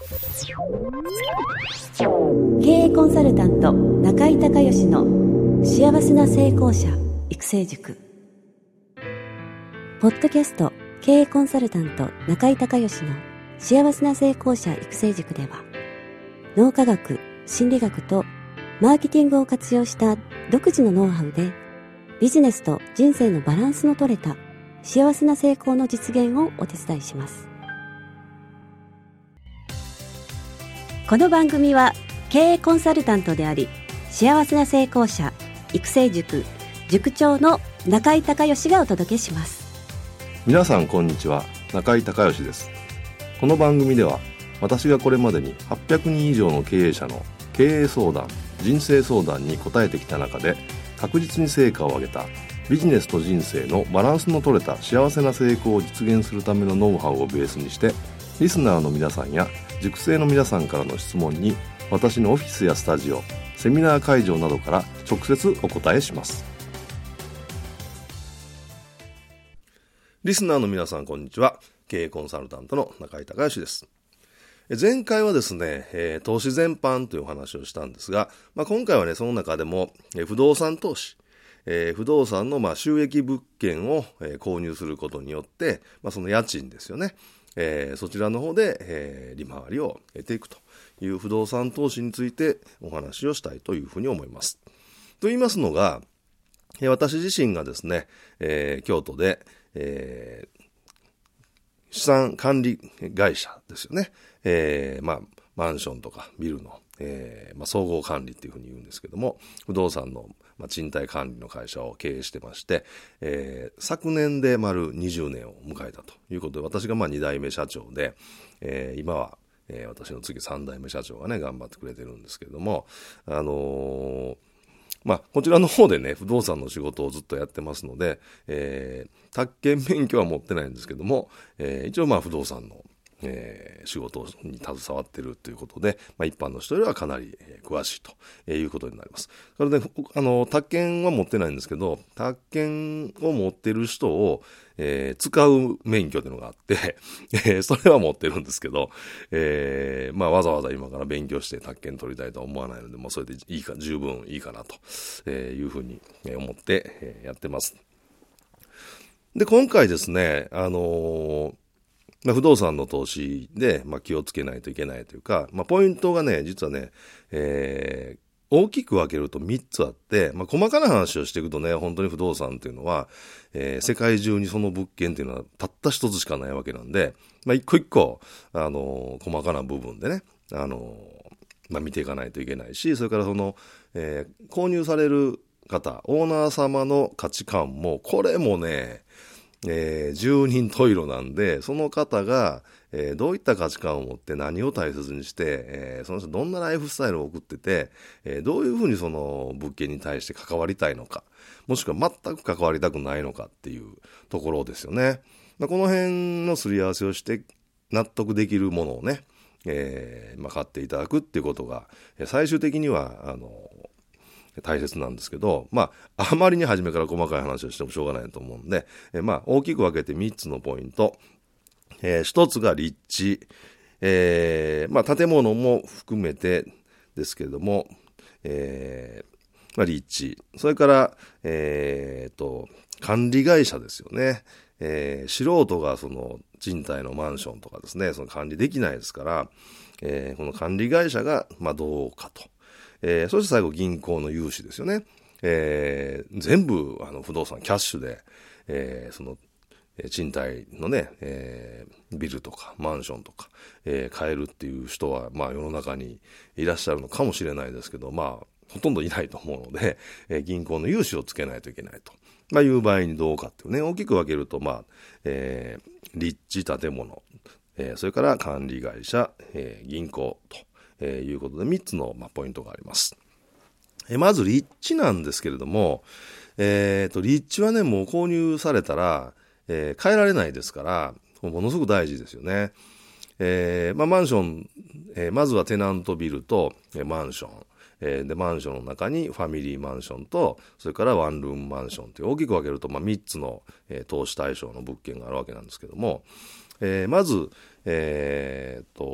経営コンサルタント中井孝義の幸せな成功者育成塾。ポッドキャスト経営コンサルタント中井孝義の幸せな成功者育成塾では、脳科学、心理学とマーケティングを活用した独自のノウハウで、ビジネスと人生のバランスの取れた幸せな成功の実現をお手伝いします。この番組は経営コンサルタントであり、幸せな成功者育成塾塾長の中井孝義がお届けします。 皆さんこんにちは、中井孝義です。この番組では、私がこれまでに800人以上の経営者の経営相談、人生相談に答えてきた中で、確実に成果を上げたビジネスと人生のバランスの取れた幸せな成功を実現するためのノウハウをベースにして、リスナーの皆さんや塾生の皆さんからの質問に、私のオフィスやスタジオ、セミナー会場などから直接お答えします。リスナーの皆さんこんにちは。経営コンサルタントの中井孝義です。前回はですね、投資全般というお話をしたんですが、今回はね、その中でも不動産投資、不動産の収益物件を購入することによって、その家賃ですよね、そちらの方で利回りを得ていくという不動産投資についてお話をしたいというふうに思います。と言いますのが、私自身がですね、京都で、資産管理会社ですよね。マンションとかビルの、総合管理っていうふうに言うんですけども、不動産の、賃貸管理の会社を経営してまして、昨年で丸20年を迎えたということで、私が2代目社長で、今は、私の次3代目社長がね、頑張ってくれてるんですけれども、こちらの方でね、不動産の仕事をずっとやってますので、宅建免許は持ってないんですけども、一応不動産の、仕事に携わっているということで、一般の人よりはかなり詳しいということになります。それで、宅建は持ってないんですけど、宅建を持っている人を、使う免許というのがあって、それは持ってるんですけど、わざわざ今から勉強して宅建取りたいとは思わないので、それで十分いいかなというふうに思ってやってます。で、今回ですね、不動産の投資で、気をつけないといけないというか、ポイントがね、実はね、大きく分けると3つあって、細かな話をしていくとね、本当に不動産っていうのは、世界中にその物件っていうのはたった一つしかないわけなんで、一個一個、細かな部分でね、見ていかないといけないし、それから購入される方、オーナー様の価値観も、これもね、十人十色なんで、その方が、どういった価値観を持って何を大切にして、その人どんなライフスタイルを送ってて、どういうふうにその物件に対して関わりたいのか、もしくは全く関わりたくないのかっていうところですよね。この辺のすり合わせをして納得できるものをね、買っていただくっていうことが、最終的には、大切なんですけど、あまりに初めから細かい話をしてもしょうがないと思うんで、大きく分けて3つのポイント。1つが立地。建物も含めてですけれども、立地。それから、管理会社ですよね。素人がその賃貸のマンションとかですね、その管理できないですから、この管理会社が、どうかと。そして最後銀行の融資ですよね。全部不動産キャッシュで、その賃貸のね、ビルとかマンションとか、買えるっていう人は世の中にいらっしゃるのかもしれないですけど、ほとんどいないと思うので、銀行の融資をつけないといけないと、いう場合にどうかっていうね、大きく分けると立地建物、それから管理会社、銀行ということで3つのポイントがあります。まず立地なんですけれども、立地はね、もう購入されたら、変えられないですから、ものすごく大事ですよね。マンション、まずはテナントビルとマンション、でマンションの中にファミリーマンションとそれからワンルームマンションという大きく分けると3つの、投資対象の物件があるわけなんですけども、まず、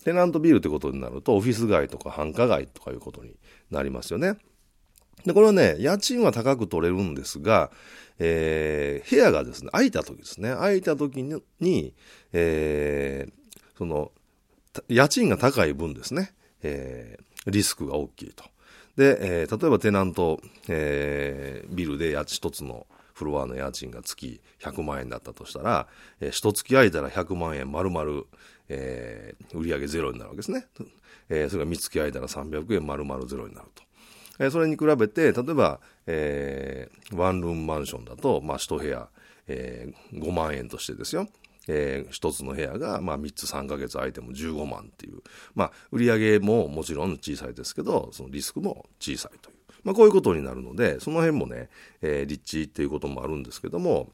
テナントビルということになると、オフィス街とか繁華街とかいうことになりますよね。で、これはね、家賃は高く取れるんですが、部屋がですね、空いた時ですね、空いた時に、その、家賃が高い分ですね、リスクが大きいと。で、例えばテナント、ビルで一つのフロアの家賃が月100万円だったとしたら、一月空いたら100万円丸々、売上ゼロになるわけですね。それが3月空いたら300円丸々ゼロになると。それに比べて、例えば、ワンルームマンションだと、一部屋、5万円としてですよ。一つの部屋が、3つ3ヶ月空いても15万っていう。売上ももちろん小さいですけど、そのリスクも小さいという。こういうことになるので、その辺もね、立地っていうこともあるんですけども、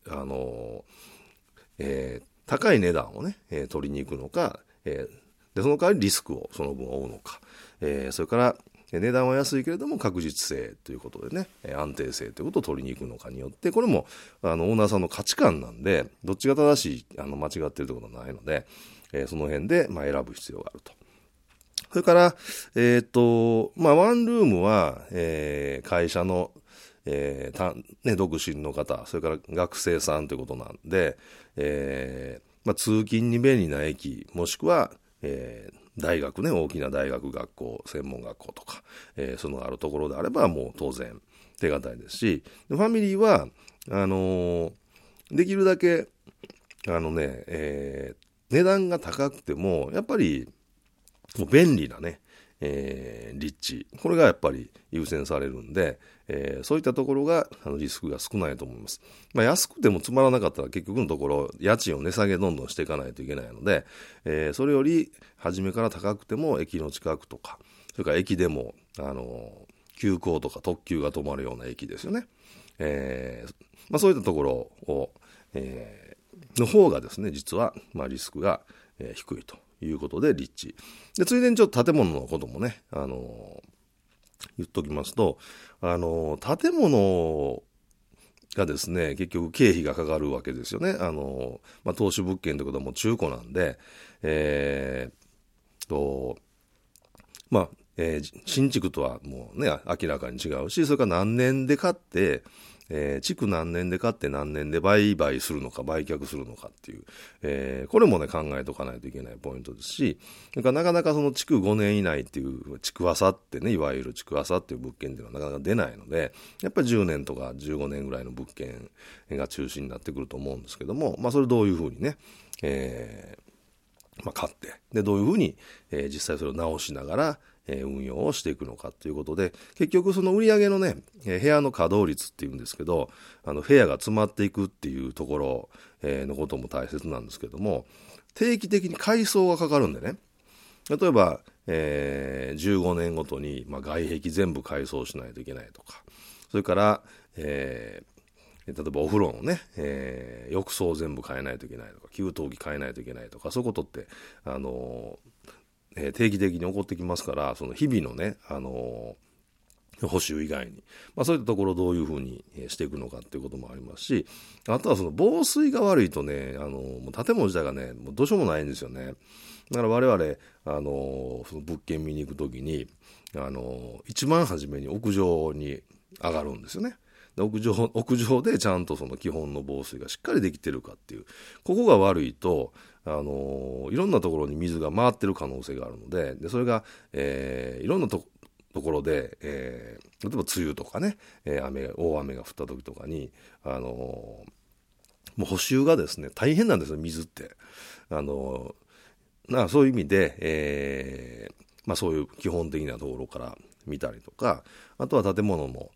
高い値段をね、取りに行くのか、で、その代わりリスクをその分負うのか、それから、値段は安いけれども確実性ということでね、安定性ということを取りに行くのかによって、これもオーナーさんの価値観なんで、どっちが正しい、間違っているということはないので、その辺で、選ぶ必要があると。それから、ワンルームは、会社の、独身の方、それから学生さんということなんで、通勤に便利な駅、もしくは、大学ね、大きな大学、学校、専門学校とか、そのあるところであればもう当然手堅いですし、ファミリーは、できるだけ、値段が高くても、やっぱり、もう便利なね、立地。これがやっぱり優先されるんで、そういったところがリスクが少ないと思います。安くてもつまらなかったら結局のところ家賃を値下げどんどんしていかないといけないので、それより初めから高くても駅の近くとか、それから駅でも急行とか特急が止まるような駅ですよね。そういったところを、の方がですね、実はリスクが低いということで立地。で、ついでにちょっと建物のこともね、言っときますと、建物がですね、結局経費がかかるわけですよね。投資物件ということはもう中古なんで、新築とはもうね、明らかに違うし、それから何年で買って、築何年で買って何年で売買するのか売却するのかっていう、これもね考えとかないといけないポイントですし、それからなかなかその築5年以内っていう築浅ってね、いわゆる築浅っていう物件っていうのはなかなか出ないので、やっぱり10年とか15年ぐらいの物件が中心になってくると思うんですけども、それどういうふうにね、買って、でどういうふうに、実際それを直しながら運用をしていくのかということで、結局その売上のね、部屋の稼働率っていうんですけど、部屋が詰まっていくっていうところのことも大切なんですけども、定期的に改装がかかるんでね、例えば、15年ごとに、外壁全部改装しないといけないとか、それから、例えばお風呂のね、浴槽を全部変えないといけないとか、給湯器変えないといけないとか、そういうことって定期的に起こってきますから、その日々のね、補修以外に、そういったところをどういうふうにしていくのかっていうこともありますし、あとはその防水が悪いとね、もう建物自体がね、もうどうしようもないんですよね。だから我々、その物件見に行くときに、一番初めに屋上に上がるんですよね。屋上でちゃんとその基本の防水がしっかりできてるかっていう、ここが悪いと、いろんなところに水が回ってる可能性があるので、それが、いろんなところで、例えば梅雨とかね、大雨が降った時とかに、もう補修がですね、大変なんですよ、水って。そういう意味で、そういう基本的なところから見たりとか、あとは建物も、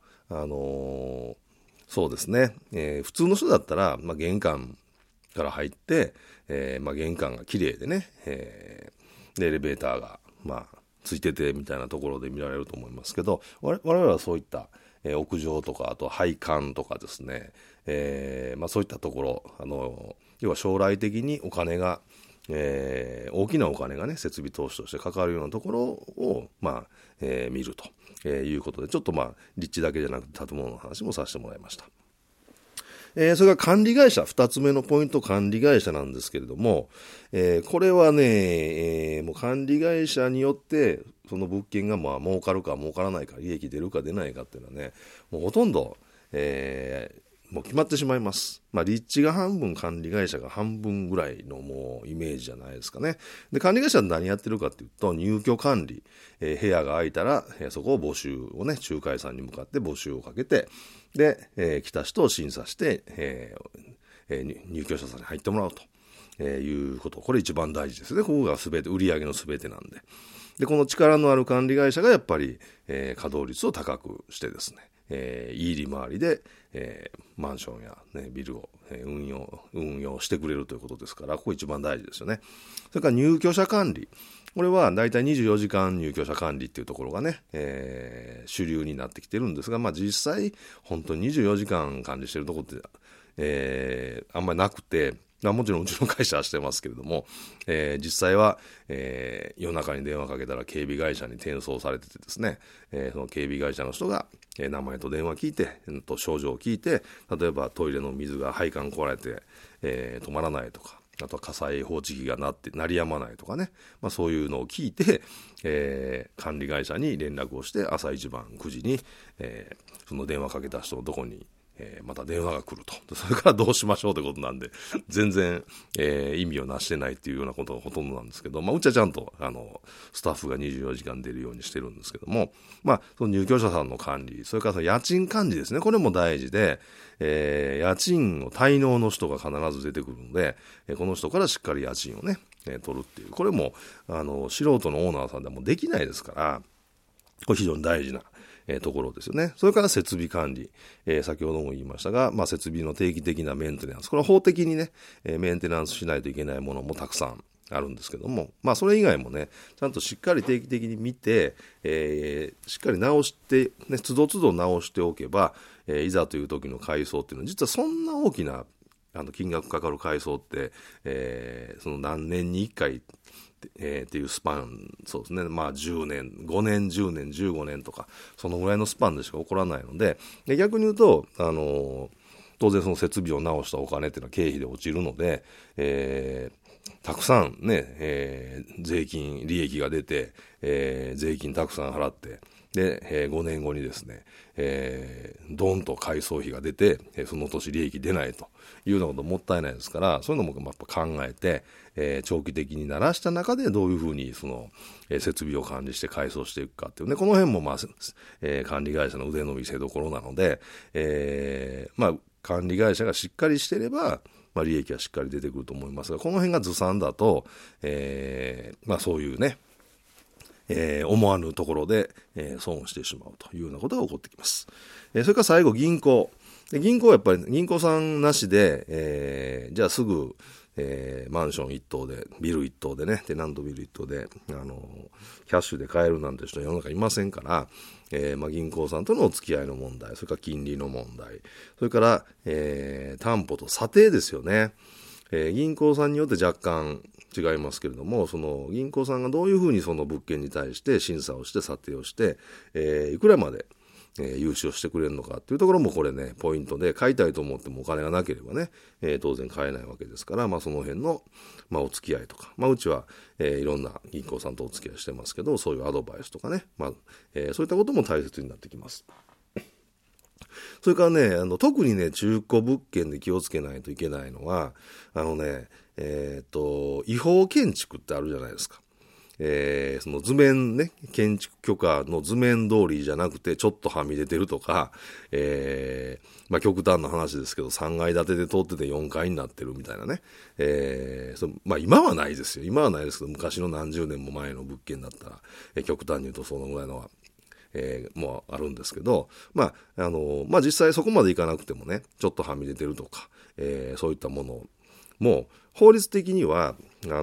そうですね、普通の人だったら、玄関から入って、玄関が綺麗でね、でエレベーターがついててみたいなところで見られると思いますけど、我々はそういった、屋上とか、あとは配管とかですね、そういったところ、要は将来的にお金が、大きなお金がね、設備投資としてかかるようなところを、見るということで、ちょっと立地だけじゃなくて建物の話もさせてもらいました。 それから管理会社、2つ目のポイント、管理会社なんですけれども、これはね、もう管理会社によって、その物件がまあ儲かるか儲からないか、利益出るか出ないかっていうのはね、もうほとんど、もう決まってしまいます。立地が半分、管理会社が半分ぐらいのもうイメージじゃないですかね。で、管理会社は何やってるかっていうと、入居管理、部屋が空いたら、そこを募集をね、仲介さんに向かって募集をかけて、で、来た人を審査して、入居者さんに入ってもらうと、いうこと。これ一番大事ですね。ここが全て、売上の全てなんで。で、この力のある管理会社がやっぱり、稼働率を高くしてですね、いい利回りで、マンションや、ね、ビルを、運用してくれるということですから、ここ一番大事ですよね。それから入居者管理。これはだいたい24時間入居者管理っていうところがね、主流になってきてるんですが、実際本当に24時間管理してるところって、あんまりなくて、もちろんうちの会社はしてますけれども、実際は、夜中に電話かけたら警備会社に転送されててですね、その警備会社の人が、名前と電話聞いて、症状を聞いて、例えばトイレの水が配管壊れて、止まらないとか、あとは火災報知器が鳴りやまないとかね、そういうのを聞いて、管理会社に連絡をして朝一番9時に、その電話かけた人のとこにまた電話が来ると。それからどうしましょうということなんで、全然、意味をなしてないっていうようなことがほとんどなんですけど、うちはちゃんと、スタッフが24時間出るようにしてるんですけども、その入居者さんの管理、それからその家賃管理ですね。これも大事で、家賃を滞納の人が必ず出てくるので、この人からしっかり家賃をね、取るっていう。これも、素人のオーナーさんでもできないですから、これ非常に大事な、ところですよね。それから設備管理、先ほども言いましたが、設備の定期的なメンテナンス、これは法的にね、メンテナンスしないといけないものもたくさんあるんですけども、それ以外もね、ちゃんとしっかり定期的に見て、しっかり直して、ね、都度都度直しておけば、いざという時の改装っていうのは、実はそんな大きな金額かかる改装って、その何年に1回っていうスパン、そうですね、10年、5年、10年、15年とか、そのぐらいのスパンでしか起こらないので、逆に言うと、当然その設備を直したお金っていうのは経費で落ちるので、たくさんね、税金、利益が出て、税金たくさん払って、で、5年後にですね、ドンと改装費が出て、その年利益出ないというようなこともったいないですから、そういうのもやっぱ考えて、長期的にならした中でどういうふうにその、設備を管理して改装していくかっていうね、この辺も管理会社の腕の見せ所なので、管理会社がしっかりしてれば、利益はしっかり出てくると思いますが、この辺がずさんだと、そういうね、思わぬところで、損をしてしまうというようなことが起こってきます。それから最後、銀行。銀行はやっぱり銀行さんなしで、じゃあすぐ、マンション一棟で、ビル一棟でね、テナントビル一棟で、キャッシュで買えるなんて人は世の中いませんから、銀行さんとのお付き合いの問題、それから金利の問題、それから、担保と査定ですよね。銀行さんによって若干違いますけれども、その銀行さんがどういうふうにその物件に対して審査をして査定をして、いくらまで融資をしてくれるのかっていうところもこれね、ポイントで、買いたいと思ってもお金がなければね、当然買えないわけですから、その辺の、お付き合いとか、うちは、いろんな銀行さんとお付き合いしてますけど、そういうアドバイスとかね、そういったことも大切になってきます。それからね、特にね、中古物件で気をつけないといけないのは、違法建築ってあるじゃないですか。その図面ね、建築許可の図面通りじゃなくてちょっとはみ出てるとか、極端な話ですけど3階建てで通ってて4階になってるみたいなね、今はないですよ。今はないですけど、昔の何十年も前の物件だったら、極端に言うとそのぐらいのは、もうあるんですけど、実際そこまでいかなくてもね、ちょっとはみ出てるとか、そういったものも法律的には、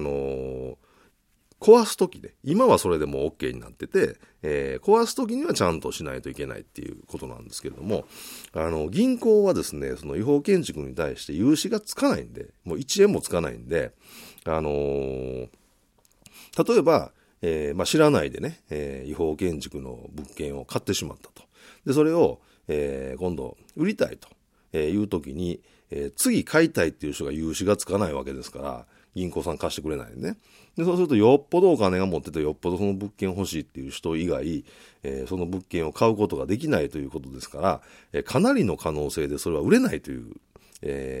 壊すときで、今はそれでも OK になってて、壊すときにはちゃんとしないといけないっていうことなんですけれども、銀行はですね、その違法建築に対して融資がつかないんで、もう1円もつかないんで、例えば、知らないでね、違法建築の物件を買ってしまったと。で、それを、今度売りたいというときに、 次買いたいっていう人が融資がつかないわけですから、銀行さん貸してくれないんでね。で、そうするとよっぽどお金が持っててよっぽどその物件欲しいっていう人以外、その物件を買うことができないということですから、かなりの可能性でそれは売れないという、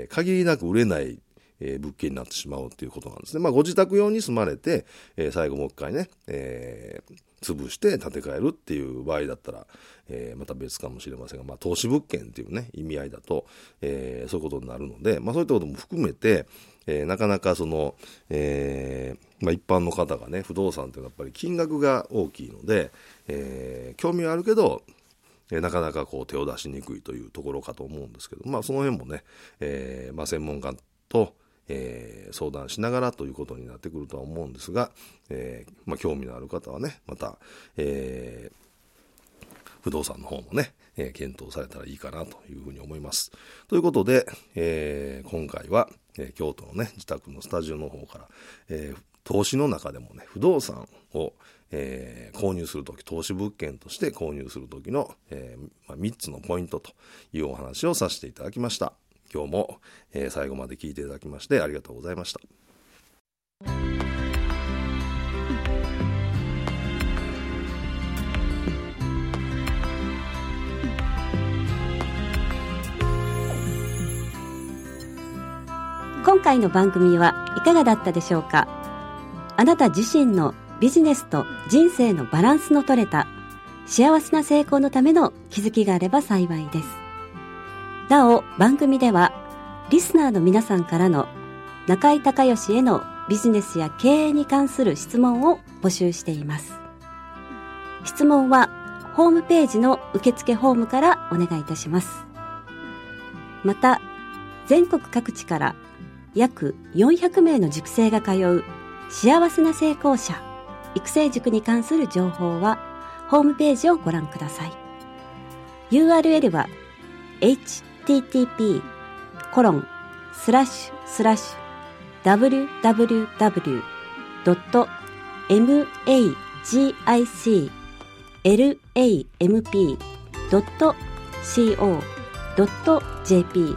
限りなく売れない物件になってしまうということなんですね。ご自宅用に住まれて、最後もう一回ね、潰して建て替えるっていう場合だったら、また別かもしれませんが、投資物件っていうね、意味合いだと、そういうことになるので、そういったことも含めて、なかなかその、一般の方がね、不動産っていうのはやっぱり金額が大きいので、興味はあるけど、なかなかこう手を出しにくいというところかと思うんですけど、その辺もね、専門家と、相談しながらということになってくるとは思うんですが、興味のある方はね、また、不動産の方もね、検討されたらいいかなというふうに思います。ということで、今回は、京都のね、自宅のスタジオの方から、投資の中でもね、不動産を、購入するとき、投資物件として購入するときの、3つのポイントというお話をさせていただきました。今日も、最後まで聞いていただきましてありがとうございました。 今回の番組はいかがだったでしょうか。あなた自身のビジネスと人生のバランスの取れた幸せな成功のための気づきがあれば幸いです。なお、番組ではリスナーの皆さんからの中井孝義へのビジネスや経営に関する質問を募集しています。質問はホームページの受付フォームからお願いいたします。また、全国各地から約400名の塾生が通う幸せな成功者育成塾に関する情報はホームページをご覧ください。 URL は http://www.magiclamp.co.jp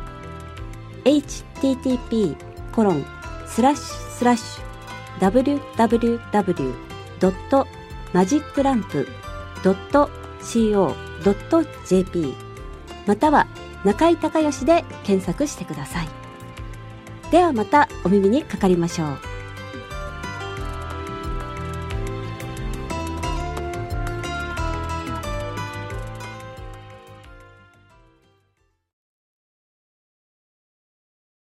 http://www.magiclamp.co.jp または中井孝義で検索してください。ではまたお耳にかかりましょう。